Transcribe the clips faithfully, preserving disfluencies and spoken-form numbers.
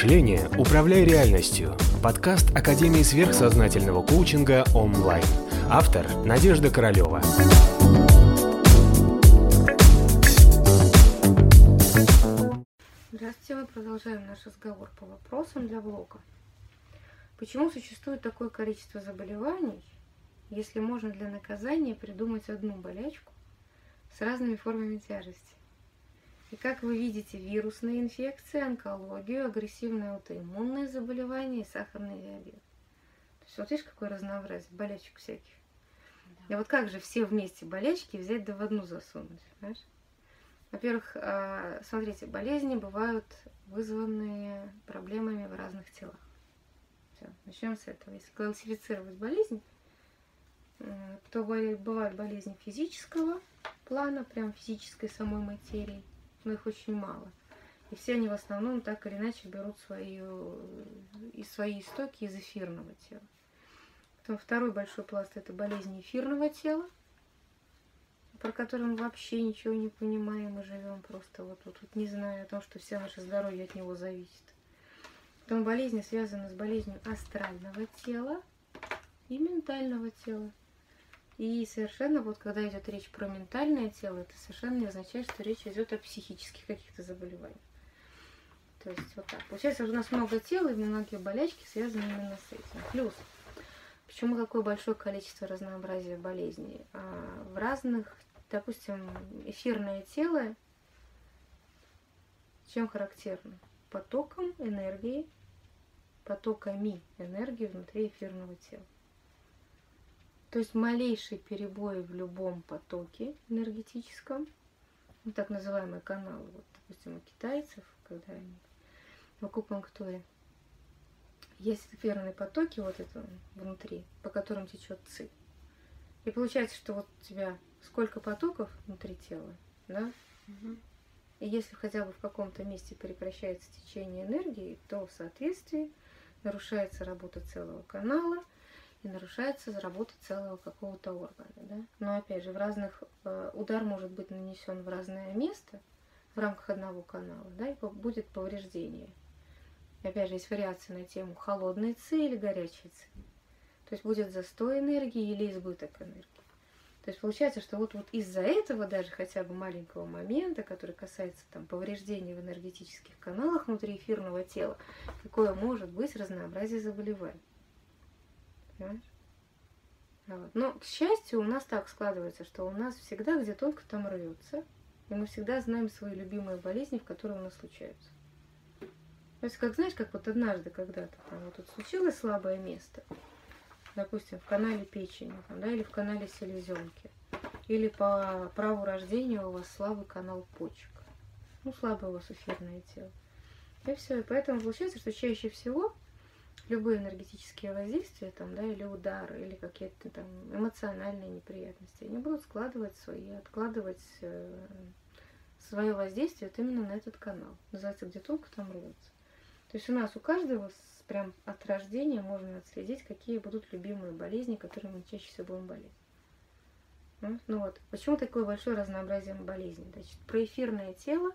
мышления управляй реальностью. Подкаст Академии сверхсознательного коучинга онлайн. Автор Надежда Королева. Здравствуйте, мы продолжаем наш разговор по вопросам для блога. Почему существует такое количество заболеваний, если можно для наказания придумать одну болячку с разными формами тяжести? И как вы видите, вирусные инфекции, онкологию, агрессивные аутоиммунные заболевания и сахарный диабет. То есть вот видишь, какое разнообразие болячек всяких. Да. И вот как же все вместе болячки взять да в одну засунуть, понимаешь? Во-первых, смотрите, болезни бывают вызванные проблемами в разных телах. Все, начнем с этого. Если классифицировать болезнь, то бывают болезни физического плана, прям физической самой материи, но их очень мало. И все они в основном так или иначе берут свою, и свои истоки из эфирного тела. Потом второй большой пласт – это болезни эфирного тела, про который мы вообще ничего не понимаем, мы живем просто вот тут, вот, не зная о том, что все наше здоровье от него зависит. Потом болезни связаны с болезнью астрального тела и ментального тела. И совершенно, вот когда идет речь про ментальное тело, это совершенно не означает, что речь идет о психических каких-то заболеваниях. То есть вот так. Получается, у нас много тел, и многие болячки связаны именно с этим. Плюс, почему такое большое количество разнообразия болезней? А в разных, допустим, эфирное тело, чем характерно? Потоком энергии, потоками энергии внутри эфирного тела. То есть малейший перебой в любом потоке энергетическом, ну, так называемые каналы, вот, допустим, у китайцев, когда они в акупунктуре, есть эфирные потоки вот это внутри, по которым течет ци. И получается, что вот у тебя сколько потоков внутри тела, да? Угу. И если хотя бы в каком-то месте прекращается течение энергии, то в соответствии нарушается работа целого канала, и нарушается работа целого какого-то органа. Да? Но опять же, в разных, э, удар может быть нанесен в разное место в рамках одного канала, да, и будет повреждение. И опять же, есть вариации на тему холодной ци или горячей ци. То есть будет застой энергии или избыток энергии. То есть получается, что вот, вот из-за этого даже хотя бы маленького момента, который касается там, повреждений в энергетических каналах внутри эфирного тела, какое может быть разнообразие заболеваний. Вот. Но, к счастью, у нас так складывается, что у нас всегда где только там рвется, и мы всегда знаем свои любимые болезни, в которые у нас случаются. То есть, как знаешь, как вот однажды когда-то там вот тут случилось слабое место, допустим, в канале печени, там, да, или в канале селезенки, или по праву рождения у вас слабый канал почек, ну, слабое у вас эфирное тело. И все. И поэтому получается, что чаще всего любые энергетические воздействия, там, да, или удары, или какие-то там эмоциональные неприятности, они будут складывать свои, откладывать э, свое воздействие вот именно на этот канал. Называется, где тонко там рвется. То есть у нас у каждого с, прям от рождения можно отследить, какие будут любимые болезни, которыми мы чаще всего будем болеть. Ну, ну вот, почему такое большое разнообразие болезней? Значит, про эфирное тело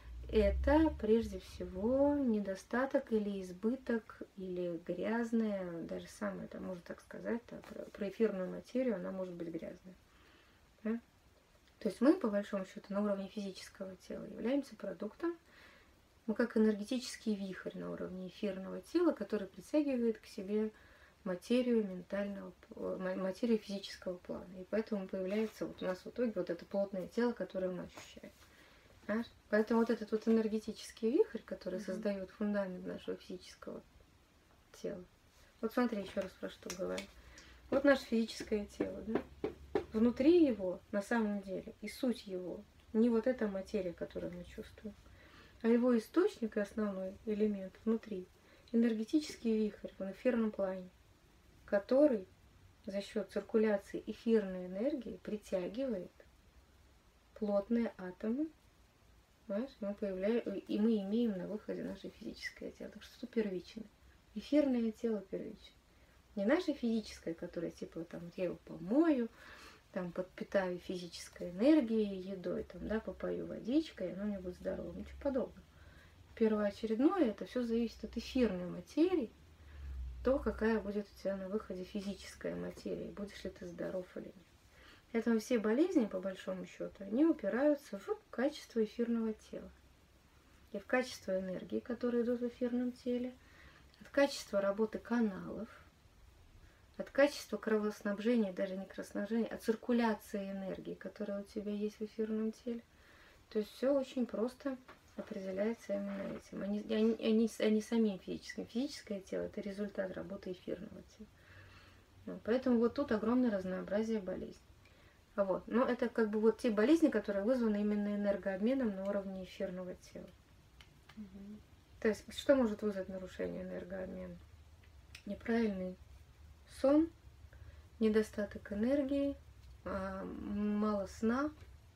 это прежде всего недостаток или избыток, или грязная, даже самое, это можно так сказать, да, про, про эфирную материю, она может быть грязная. Да? То есть мы, по большому счету, на уровне физического тела являемся продуктом, мы как энергетический вихрь на уровне эфирного тела, который притягивает к себе материю ментального, материю физического плана. И поэтому появляется вот у нас в итоге вот это плотное тело, которое мы ощущаем. Понимаешь? Поэтому вот этот вот энергетический вихрь, который mm-hmm. создает фундамент нашего физического тела. Вот смотри, еще раз про что говорю. Вот наше физическое тело, да? Внутри его, на самом деле, и суть его, не вот эта материя, которую мы чувствуем, а его источник и основной элемент внутри, энергетический вихрь в эфирном плане, который за счет циркуляции эфирной энергии притягивает плотные атомы. Понимаешь? Мы появляем, и мы имеем на выходе наше физическое тело. Так что это первичное. Эфирное тело первичное. Не наше физическое, которое типа там я его помою, там подпитаю физической энергией, едой, там, да, попою водичкой, и оно у меня будет здоровым. Ничего подобного. первоочередное, это все зависит от эфирной материи, то, какая будет у тебя на выходе физическая материя, будешь ли ты здоров или нет. Поэтому все болезни, по большому счету, они упираются в качество эфирного тела. И в качество энергии, которые идут в эфирном теле, от качества работы каналов, от качества кровоснабжения, даже не кровоснабжения, а циркуляции энергии, которая у тебя есть в эфирном теле. То есть все очень просто определяется именно этим, а не, а не, а не, а не самим физическим. Физическое тело – это результат работы эфирного тела. Ну, поэтому вот тут огромное разнообразие болезней. Вот. Но это как бы вот те болезни, которые вызваны именно энергообменом на уровне эфирного тела. Угу. То есть что может вызвать нарушение энергообмена? Неправильный сон, недостаток энергии, мало сна.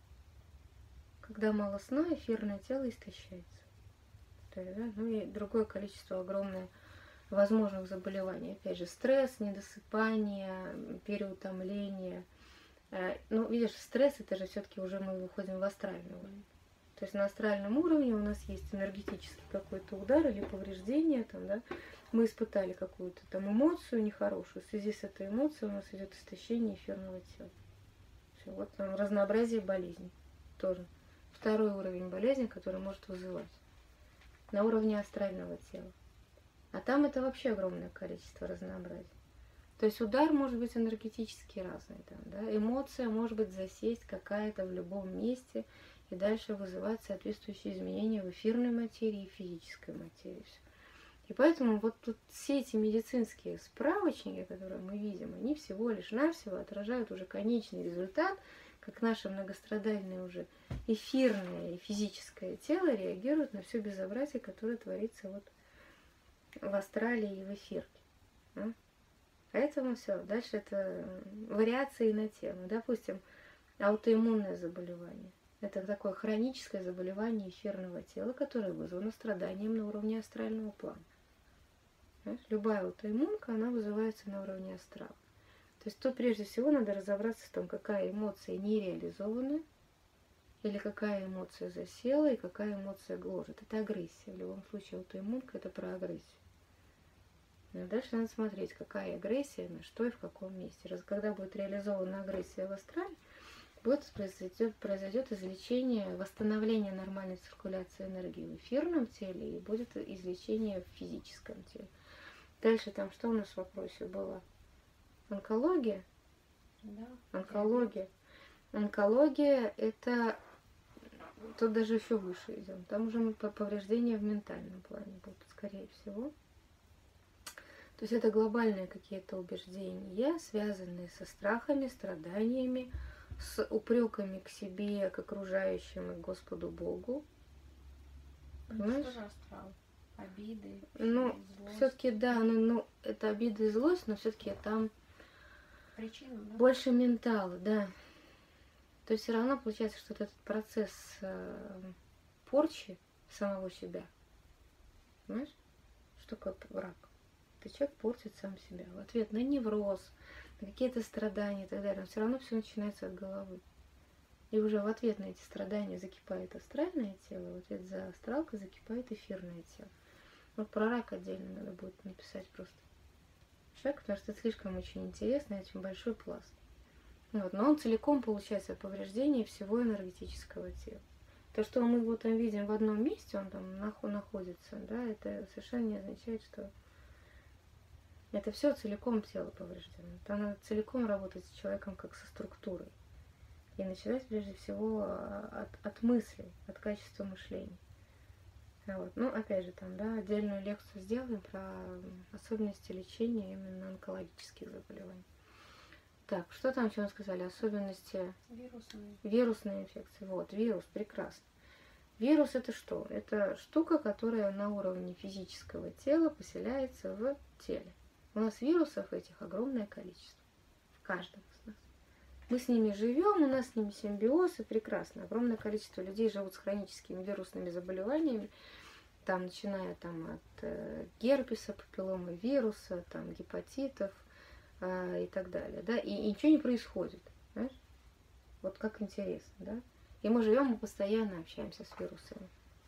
Когда мало сна, эфирное тело истощается. Да, ну и другое количество огромное возможных заболеваний. Опять же, стресс, недосыпание, переутомление. Ну, видишь, стресс, это же все-таки уже мы выходим в астральный уровень. То есть на астральном уровне у нас есть энергетический какой-то удар или повреждение, там, да, мы испытали какую-то там эмоцию нехорошую, в связи с этой эмоцией у нас идет истощение эфирного тела. Все, вот там разнообразие болезней тоже. Второй уровень болезни, который может вызывать на уровне астрального тела. А там это вообще огромное количество разнообразия. То есть удар может быть энергетически разный. Там, да? Эмоция может быть засесть какая-то в любом месте и дальше вызывать соответствующие изменения в эфирной материи и физической материи. И поэтому вот тут все эти медицинские справочники, которые мы видим, они всего лишь навсего отражают уже конечный результат, как наше многострадальное уже эфирное и физическое тело реагирует на все безобразие, которое творится вот в астрале и в эфирке. А? Поэтому все. Дальше это вариации на тему. Допустим, аутоиммунное заболевание. Это такое хроническое заболевание эфирного тела, которое вызвано страданием на уровне астрального плана. Знаешь, любая аутоиммунка, она вызывается на уровне астрала. То есть тут прежде всего надо разобраться в том, какая эмоция не реализована, или какая эмоция засела, и какая эмоция гложет. Это агрессия. В любом случае аутоиммунка – это про агрессию. И дальше надо смотреть, какая агрессия, на что и в каком месте. Раз когда будет реализована агрессия в астрале, будет произойдет, произойдет излечение, восстановление нормальной циркуляции энергии в эфирном теле и будет излечение в физическом теле. Дальше там что у нас в вопросе было? Онкология? Да. Онкология. Онкология это тут даже еще выше идем. Там уже мы по повреждения в ментальном плане будут, скорее всего. То есть это глобальные какие-то убеждения, связанные со страхами, страданиями, с упреками к себе, к окружающим и к Господу Богу. Понимаешь? Что же астрал? Обиды, ну, все-таки да, ну, ну, это обида и злость, но все-таки там причина, да? Больше ментала, да. То есть все равно получается, что вот этот процесс э, порчи самого себя, понимаешь, что такое рак? Это человек портит сам себя в ответ на невроз, на какие-то страдания и так далее. Все равно все начинается от головы. И уже в ответ на эти страдания закипает астральное тело, в ответ за астралкой закипает эфирное тело. Вот про рак отдельно надо будет написать просто. Шаг, потому что это слишком очень интересный, очень большой пласт. Вот. Но он целиком получается повреждение всего энергетического тела. То, что мы его там видим в одном месте, он там находится, да, это совершенно не означает, что это все целиком тело повреждено. Там надо целиком работать с человеком как со структурой. И начинать прежде всего от, от мыслей, от качества мышления. Вот. Ну, опять же, там, да, отдельную лекцию сделаем про особенности лечения именно онкологических заболеваний. Так, что там еще мы сказали? Особенности вирусные. Вирусной инфекции. Вот, вирус, прекрасно. Вирус это что? Это штука, которая на уровне физического тела поселяется в теле. У нас вирусов этих огромное количество. В каждом из нас. Мы с ними живем, у нас с ними симбиоз, и прекрасно. Огромное количество людей живут с хроническими вирусными заболеваниями, там, начиная там, от э, герпеса, папилломы вируса, там, гепатитов э, и так далее. Да? И, и ничего не происходит. Знаешь? Вот как интересно. Да? И мы живем, мы постоянно общаемся с вирусами.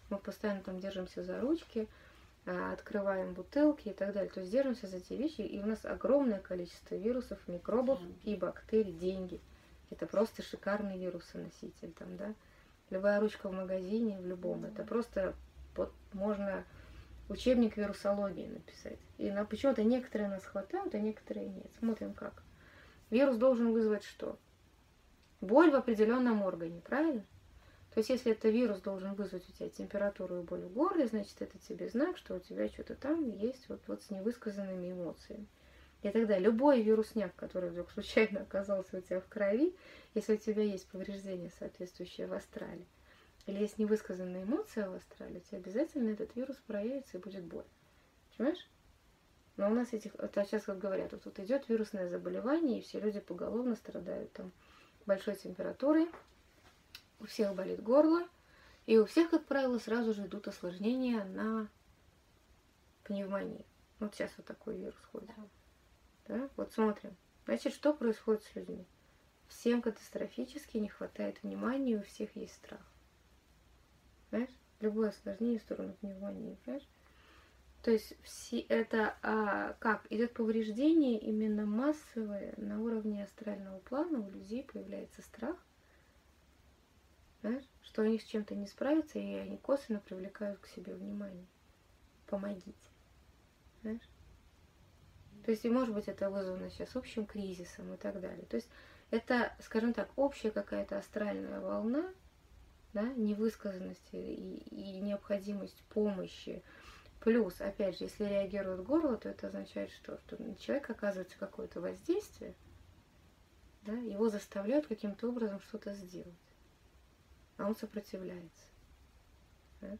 Мы постоянно там держимся за ручки, открываем бутылки и так далее. То есть держимся за те вещи, и у нас огромное количество вирусов, микробов и бактерий, деньги. Это просто шикарный вирусоноситель там, да. Любая ручка в магазине, в любом, mm-hmm. это просто вот можно учебник вирусологии написать. И на, почему-то некоторые нас хватают, а некоторые нет. Смотрим как. Вирус должен вызвать что? Боль в определенном органе, правильно? То есть, если это вирус должен вызвать у тебя температуру и боль в горле, значит, это тебе знак, что у тебя что-то там есть вот, вот с невысказанными эмоциями. И тогда любой вирусняк, который вдруг случайно оказался у тебя в крови, если у тебя есть повреждение, соответствующее в астрале, или есть невысказанная эмоция в астрале, у тебя обязательно этот вирус проявится и будет боль. Понимаешь? Но у нас этих, это сейчас как говорят, вот тут идет вирусное заболевание, и все люди поголовно страдают там большой температурой, у всех болит горло, и у всех, как правило, сразу же идут осложнения на пневмонию. Вот сейчас вот такой вирус ходит. Да? Вот смотрим. Значит, что происходит с людьми? Всем катастрофически не хватает внимания, у всех есть страх. Понимаешь? Любое осложнение в сторону пневмонии. Понимаешь? То есть все это а, как? Идет повреждение именно массовое на уровне астрального плана, у людей появляется страх, знаешь, что они с чем-то не справятся, и они косвенно привлекают к себе внимание. Помогите. Знаешь? То есть, и может быть, это вызвано сейчас общим кризисом и так далее. То есть, это, скажем так, общая какая-то астральная волна, да, невысказанности и, и необходимость помощи. Плюс, опять же, если реагирует горло, то это означает, что, что на человека оказывается какое-то воздействие, да, его заставляют каким-то образом что-то сделать, а он сопротивляется. Да?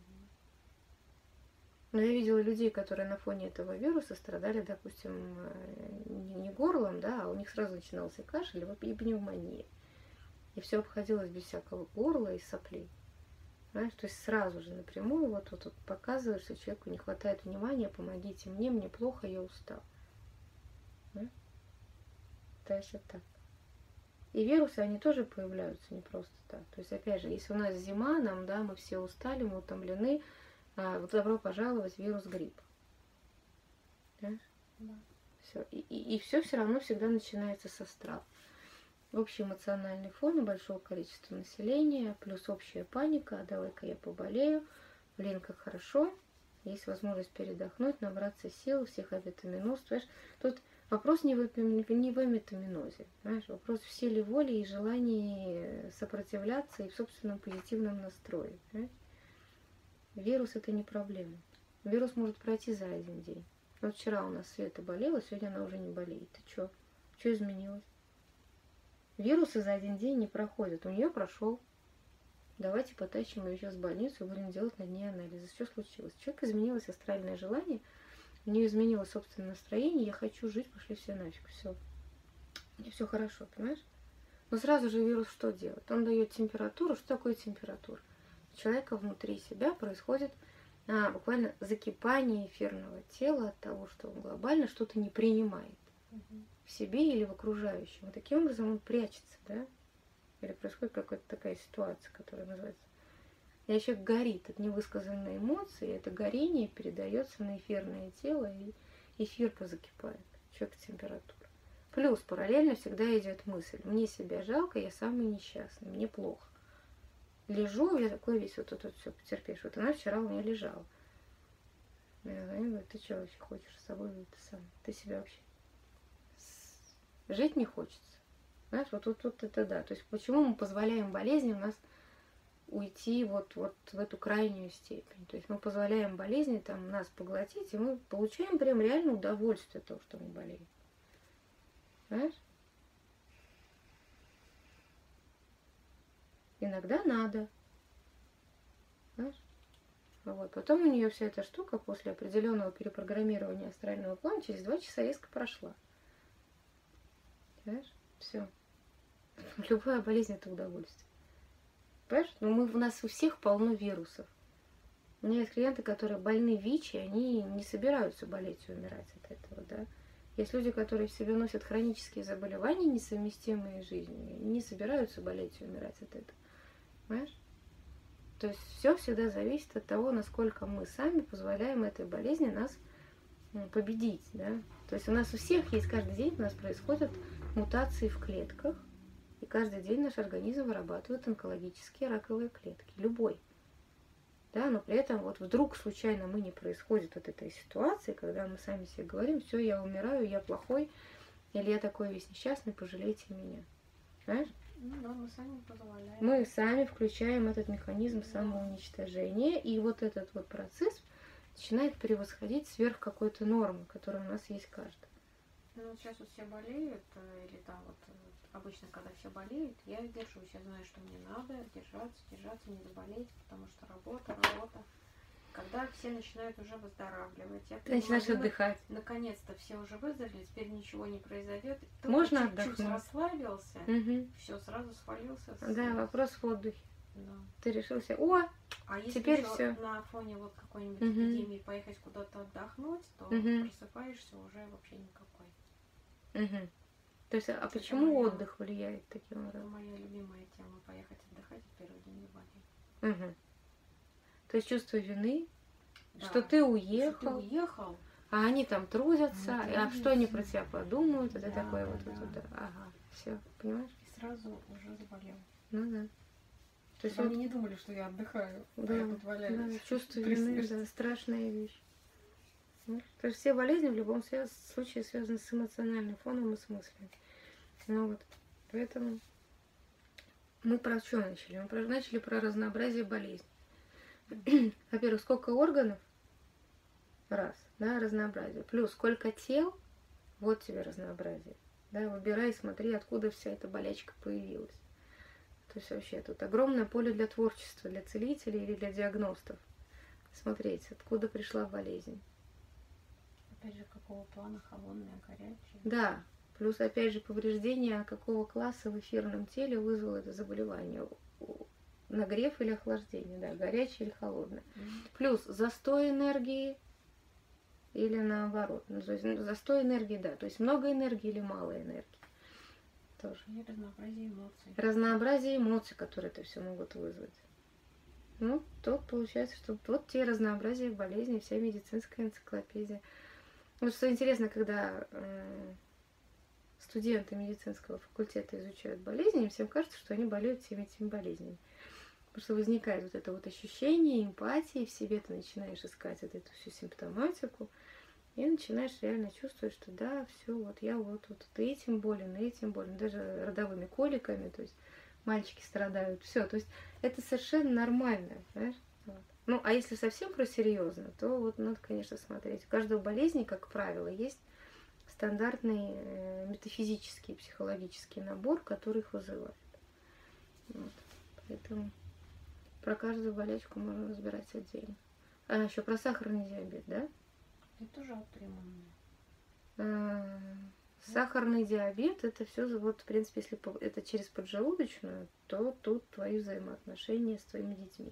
Но я видела людей, которые на фоне этого вируса страдали, допустим, не горлом, да, а у них сразу начинался кашель и пневмония. И все обходилось без всякого горла и соплей. Знаешь, то есть сразу же напрямую вот тут вот, вот показываешь, что человеку не хватает внимания, помогите мне, мне плохо, я устал. Да? То есть это так. И вирусы, они тоже появляются не просто так. То есть, опять же, если у нас зима, нам, да, мы все устали, мы утомлены, а, вот добро пожаловать в вирус гриппа. Да? Да. Все. И, и, и все все равно всегда начинается со страха. Общий эмоциональный фон у большого количества населения, плюс общая паника, а давай-ка я поболею, блин, как хорошо, есть возможность передохнуть, набраться сил, всех авитаминоз. Понимаешь? Тут вопрос не в, не в авитаминозе, понимаешь? Вопрос в силе воли и желании сопротивляться и в собственном позитивном настрое. Понимаешь? Вирус это не проблема. Вирус может пройти за один день. Вот вчера у нас Света болела, сегодня она уже не болеет. Ты что? Что изменилось? Вирусы за один день не проходят. У нее прошел. Давайте потащим ее сейчас в больницу и будем делать над ней анализы. Что случилось? У человека изменилось астральное желание, у нее изменилось собственное настроение. Я хочу жить, пошли все нафиг. Все. И все хорошо, понимаешь? Но сразу же вирус что делает? Он дает температуру. Что такое температура? У человека внутри себя происходит а, буквально закипание эфирного тела от того, что он глобально что-то не принимает. В себе или в окружающем. И таким образом он прячется, да? Или происходит какая-то такая ситуация, которая называется... И человек горит от невысказанной эмоции, и это горение передается на эфирное тело, и эфир позакипает. Человек температура. Плюс параллельно всегда идет мысль. Мне себя жалко, я самый несчастный, мне плохо. Лежу, я такой весь вот тут вот, вот все потерпишь. Вот она вчера у меня лежала. Я говорю, ты что вообще хочешь с собой? Ты сам, ты себя вообще... Жить не хочется. Знаешь, вот тут вот, вот это да. То есть почему мы позволяем болезни у нас уйти вот, вот в эту крайнюю степень. То есть мы позволяем болезни там нас поглотить, и мы получаем прям реально удовольствие от того, что мы болеем. Знаешь? Иногда надо. Знаешь? Вот. Потом у нее вся эта штука после определенного перепрограммирования астрального плана через два часа резко прошла. Понимаешь? Все. Любая болезнь это удовольствие. Понимаешь? Но мы, у нас у всех полно вирусов. У меня есть клиенты, которые больны ВИЧ, и они не собираются болеть и умирать от этого, да. Есть люди, которые в себе носят хронические заболевания, несовместимые с жизнью, и не собираются болеть и умирать от этого. Понимаешь? То есть все всегда зависит от того, насколько мы сами позволяем этой болезни нас победить, да. То есть у нас у всех есть, каждый день у нас происходят мутации в клетках, и каждый день наш организм вырабатывает онкологические раковые клетки, любой. Да, но при этом вот вдруг случайно мы не происходит вот этой ситуации, когда мы сами себе говорим: все, я умираю, я плохой, или я такой весь несчастный, пожалейте меня. Понимаешь? Ну да, мы сами позволяем. Мы сами включаем этот механизм самоуничтожения, и вот этот вот процесс начинает превосходить сверх какой-то нормы, которая у нас есть каждый. Ну вот сейчас вот все болеют, или там вот обычно, когда все болеют, я держусь, я знаю, что мне надо держаться, держаться, не заболеть, потому что работа, работа. Когда все начинают уже выздоравливать, я Ты начинаешь отдыхать. Наконец-то все уже выздоровели, теперь ничего не произойдет. Ты Можно чуть-чуть отдохнуть. расслабился, угу. все, сразу свалился. Да, вопрос в отдыхе. Да. Ты решился: о, а если теперь еще все. На фоне вот какой-нибудь угу. эпидемии поехать куда-то отдохнуть, то угу. просыпаешься уже вообще никакой. Угу. То есть, а почему моя... отдых влияет таким образом? Это моя любимая тема, поехать отдыхать и первый день не болеть. Угу. То есть чувство вины, да. что ты уехал, что ты уехал, а они там трудятся, они а что они про тебя подумают, это да, такое да, вот да. это, да. Ага, все, понимаешь? И сразу уже заболел. Ну да. То есть они вот... не думали, что я отдыхаю, да, а я тут валяюсь. Да, чувство вины, да, страшная вещь. Ну, то есть все болезни в любом связ... случае связаны с эмоциональным фоном и с мыслями. Ну вот, поэтому мы про что начали? Мы про... начали про разнообразие болезней. Во-первых, сколько органов? Раз, да, разнообразие. Плюс сколько тел? Вот тебе разнообразие. Да, выбирай, смотри, откуда вся эта болячка появилась. То есть вообще тут огромное поле для творчества, для целителей или для диагностов. Смотреть, откуда пришла болезнь. Опять же, какого плана, холодная, горячая. Да, плюс опять же повреждение, какого класса в эфирном теле вызвало это заболевание. Нагрев или охлаждение, да, горячее или холодное. Mm-hmm. Плюс застой энергии или наоборот. Ну, то есть застой энергии, да, то есть много энергии или мало энергии. Тоже. И разнообразие эмоций. Разнообразие эмоций, которые это все могут вызвать. Ну, тут получается, что вот те разнообразие болезней, вся медицинская энциклопедия. Вот что интересно, когда э, студенты медицинского факультета изучают болезни, им всем кажется, что они болеют всеми этими болезнями. Потому что возникает вот это вот ощущение эмпатии, в себе ты начинаешь искать вот эту всю симптоматику, и начинаешь реально чувствовать, что да, все, вот я вот, вот этим болен, этим болен, даже родовыми коликами, то есть мальчики страдают, все, то есть это совершенно нормально, знаешь? Вот. Ну, а если совсем про серьезно, то вот надо, конечно, смотреть. У каждой болезни, как правило, есть стандартный э, метафизический, психологический набор, который их вызывает. Вот. Поэтому про каждую болячку можно разбирать отдельно. А еще про сахарный диабет, да? Это тоже аутоиммунное. А, сахарный диабет, это все, вот, в принципе, если это через поджелудочную, то тут твои взаимоотношения с твоими детьми.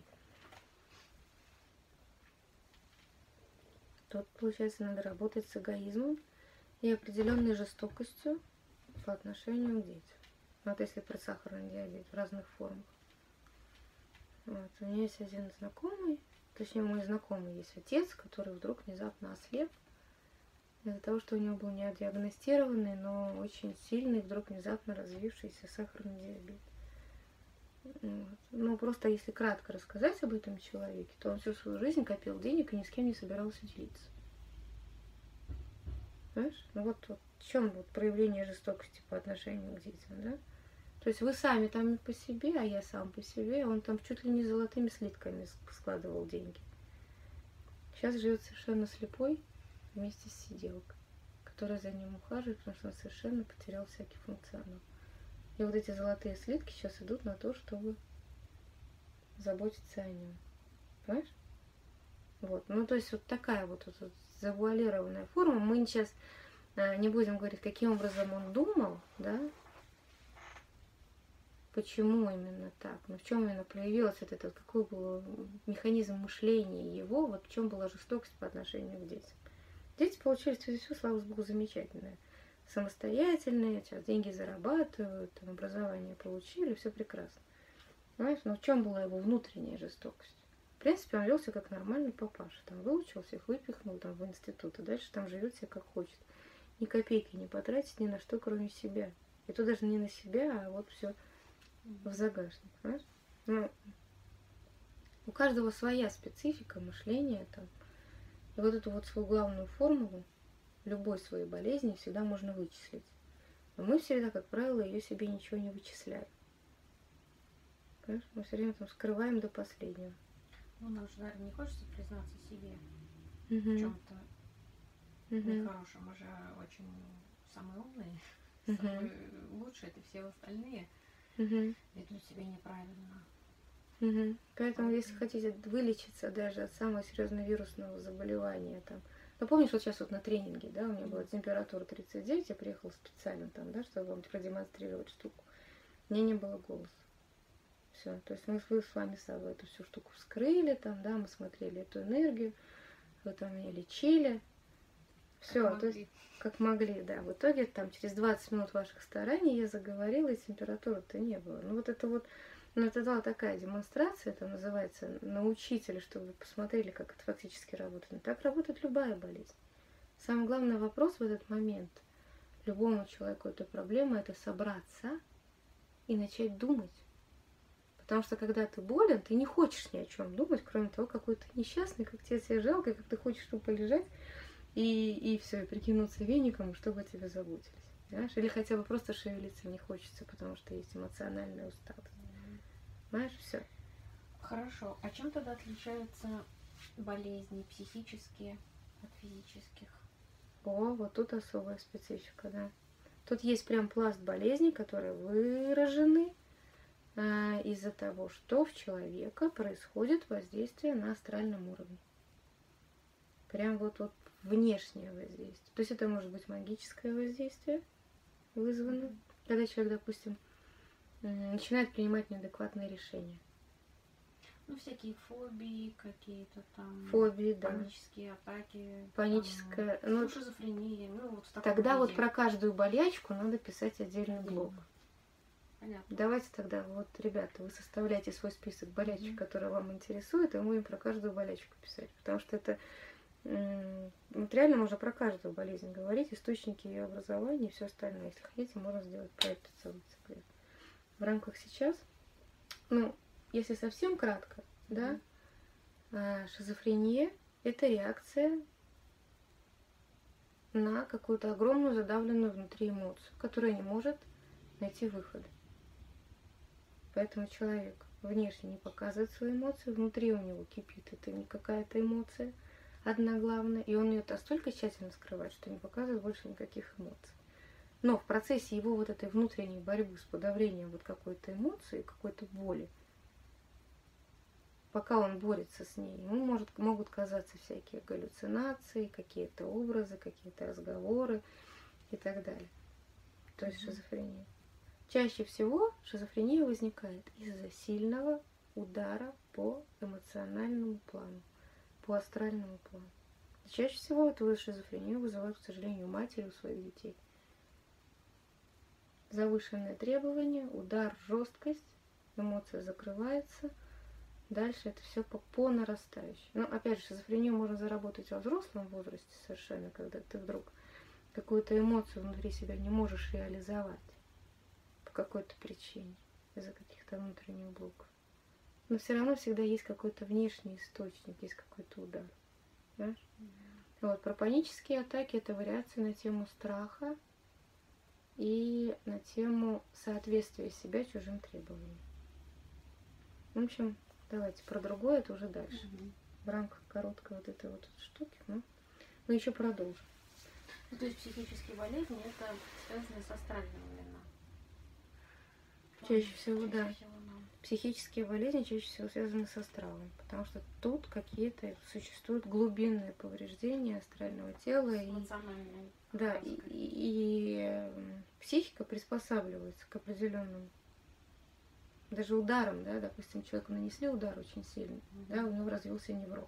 Тут, получается, надо работать с эгоизмом и определенной жестокостью по отношению к детям. Вот если про сахарный диабет в разных формах. Вот. У меня есть один знакомый, точнее, мой знакомый есть отец, который вдруг внезапно ослеп из-за того, что у него был неодиагностированный, но очень сильный, вдруг внезапно развившийся сахарный диабет. Вот. Ну, просто если кратко рассказать об этом человеке, то он всю свою жизнь копил денег и ни с кем не собирался делиться. Понимаешь? Ну вот, вот в чем вот проявление жестокости по отношению к детям, да? То есть вы сами там по себе, а я сам по себе. Он там чуть ли не золотыми слитками складывал деньги. Сейчас живет совершенно слепой вместе с сиделкой, которая за ним ухаживает, потому что он совершенно потерял всякий функционал. И вот эти золотые слитки сейчас идут на то, чтобы заботиться о нем. Понимаешь? Вот. Ну, то есть вот такая вот, вот, вот завуалированная форма. Мы сейчас а, не будем говорить, каким образом он думал, да? Почему именно так? Ну, в чем именно проявилось это, это, какой был механизм мышления его, вот в чем была жестокость по отношению к детям. Дети получили все, слава богу, замечательное. Самостоятельные, сейчас деньги зарабатывают, там, образование получили, все прекрасно. Понимаешь? Но в чем была его внутренняя жестокость? В принципе, он вел себя как нормальный папаша. Там выучился, их выпихнул там, в институт, и дальше там живет себе как хочет. Ни копейки не потратить ни на что, кроме себя. И то даже не на себя, а вот все в загашник. Понимаешь? Ну, у каждого своя специфика мышления там. И вот эту вот свою главную формулу любой своей болезни всегда можно вычислить. Но мы всегда, как правило, ее себе ничего не вычисляем. Понимаешь? Мы все время там скрываем до последнего. Ну, нам же, наверное, не хочется признаться себе Угу. в чем-то Угу. нехорошем. Мы же очень самые умные, Мгм. самые лучшие, это все остальные Угу. ведут себя неправильно. Угу. Поэтому, если хотите вылечиться даже от самого серьезного вирусного заболевания, там, ну, помнишь, вот сейчас вот на тренинге, да, у меня была температура тридцать девять, я приехала специально там, да, чтобы вам продемонстрировать штуку. Мне не было голоса. Все. То есть мы с вами с собой эту всю штуку вскрыли, там, да, мы смотрели эту энергию, вы там меня лечили. Все, Как то есть могли. как могли, да. В итоге там через двадцать минут ваших стараний я заговорила, и температуры-то не было. Ну вот это вот, ну это была такая демонстрация, это называется научить, или чтобы вы посмотрели, как это фактически работает. Но так работает любая болезнь. Самый главный вопрос в этот момент любому человеку этой проблемы — это собраться и начать думать. Потому что когда ты болен, ты не хочешь ни о чем думать, кроме того, какой ты несчастный, как тебе себя жалко, как ты хочешь тупо лежать и, и все, и прикинуться веником, чтобы о тебе заботились. Понимаешь? Или хотя бы просто шевелиться не хочется, потому что есть эмоциональная усталость. Понимаешь, все. Хорошо. А чем тогда отличаются болезни психические от физических? О, вот тут особая специфика, да. Тут есть прям пласт болезней, которые выражены а, из-за того, что в человека происходит воздействие на астральном уровне. Прям вот, вот внешнее воздействие. То есть это может быть магическое воздействие вызвано, mm-hmm. когда человек, допустим, начинает принимать неадекватные решения. Ну, всякие фобии, какие-то там... Фобии, да. Панические атаки. Паническая... Там, ну, шизофрения. Ну, вот в таком тогда виде. вот про каждую болячку надо писать отдельный блок. Понятно. Давайте тогда, вот, ребята, вы составляете свой список болячек, mm-hmm. которые вам интересуют, и мы будем про каждую болячку писать. Потому что это м- материально можно про каждую болезнь говорить, источники ее образования и все остальное. Если хотите, можно сделать проект целый цикл. В рамках сейчас, ну, если совсем кратко, mm-hmm. да, шизофрения – это реакция на какую-то огромную задавленную внутри эмоцию, которая не может найти выхода. Поэтому человек внешне не показывает свои эмоции, внутри у него кипит это не какая-то эмоция одна главная, и он ее настолько тщательно скрывает, что не показывает больше никаких эмоций. Но в процессе его вот этой внутренней борьбы с подавлением вот какой-то эмоции, какой-то боли, пока он борется с ней, ему может, могут казаться всякие галлюцинации, какие-то образы, какие-то разговоры и так далее. То есть шизофрения. Чаще всего шизофрения возникает из-за сильного удара по эмоциональному плану, по астральному плану. И чаще всего эту шизофрению вызывают, к сожалению, матери у своих детей. Завышенное требование, удар, жесткость, эмоция закрывается. Дальше это все по, по нарастающей. Но опять же, шизофрению можно заработать во взрослом возрасте совершенно, когда ты вдруг какую-то эмоцию внутри себя не можешь реализовать по какой-то причине, из-за каких-то внутренних блоков. Но все равно всегда есть какой-то внешний источник, есть какой-то удар. Понимаешь? Mm-hmm. Вот, про панические атаки — это вариации на тему страха и на тему соответствия себя чужим требованиям. В общем, давайте про другое, это уже дальше. Mm-hmm. В рамках короткой вот этой вот штуки, ну, мы еще продолжим. Ну, то есть психические болезни — это связано с астральным именно? Чаще всего, чаще да. Всего, да. Психические болезни чаще всего связаны с астралом, потому что тут какие-то существуют глубинные повреждения астрального тела. И, да, и, и, и психика приспосабливается к определенным, даже ударам, да, допустим, человеку нанесли удар очень сильный, mm-hmm. да, у него развился невроз.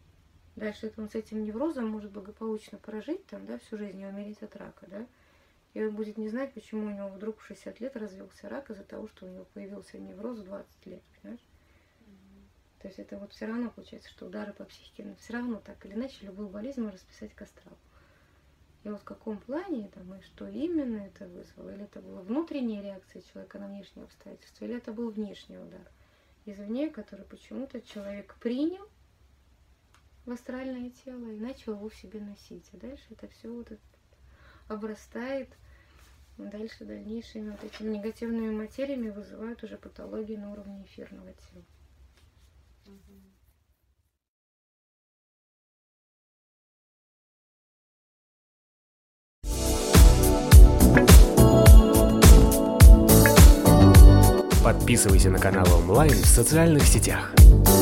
Дальше он с этим неврозом может благополучно прожить там, да, всю жизнь и умереть от рака, да. И он будет не знать, почему у него вдруг в шестьдесят лет развился рак из-за того, что у него появился невроз в двадцать лет, понимаешь? Mm-hmm. То есть это вот все равно получается, что удары по психике, но все равно так или иначе любую болезнь можно списать к астралу. И вот в каком плане там, и что именно это вызвало, или это была внутренняя реакция человека на внешние обстоятельства, или это был внешний удар извне, который почему-то человек принял в астральное тело и начал его в себе носить. А дальше это все вот это обрастает дальше дальнейшими вот этими негативными материями, вызывают уже патологии на уровне эфирного тела. Подписывайся на канал онлайн в социальных сетях.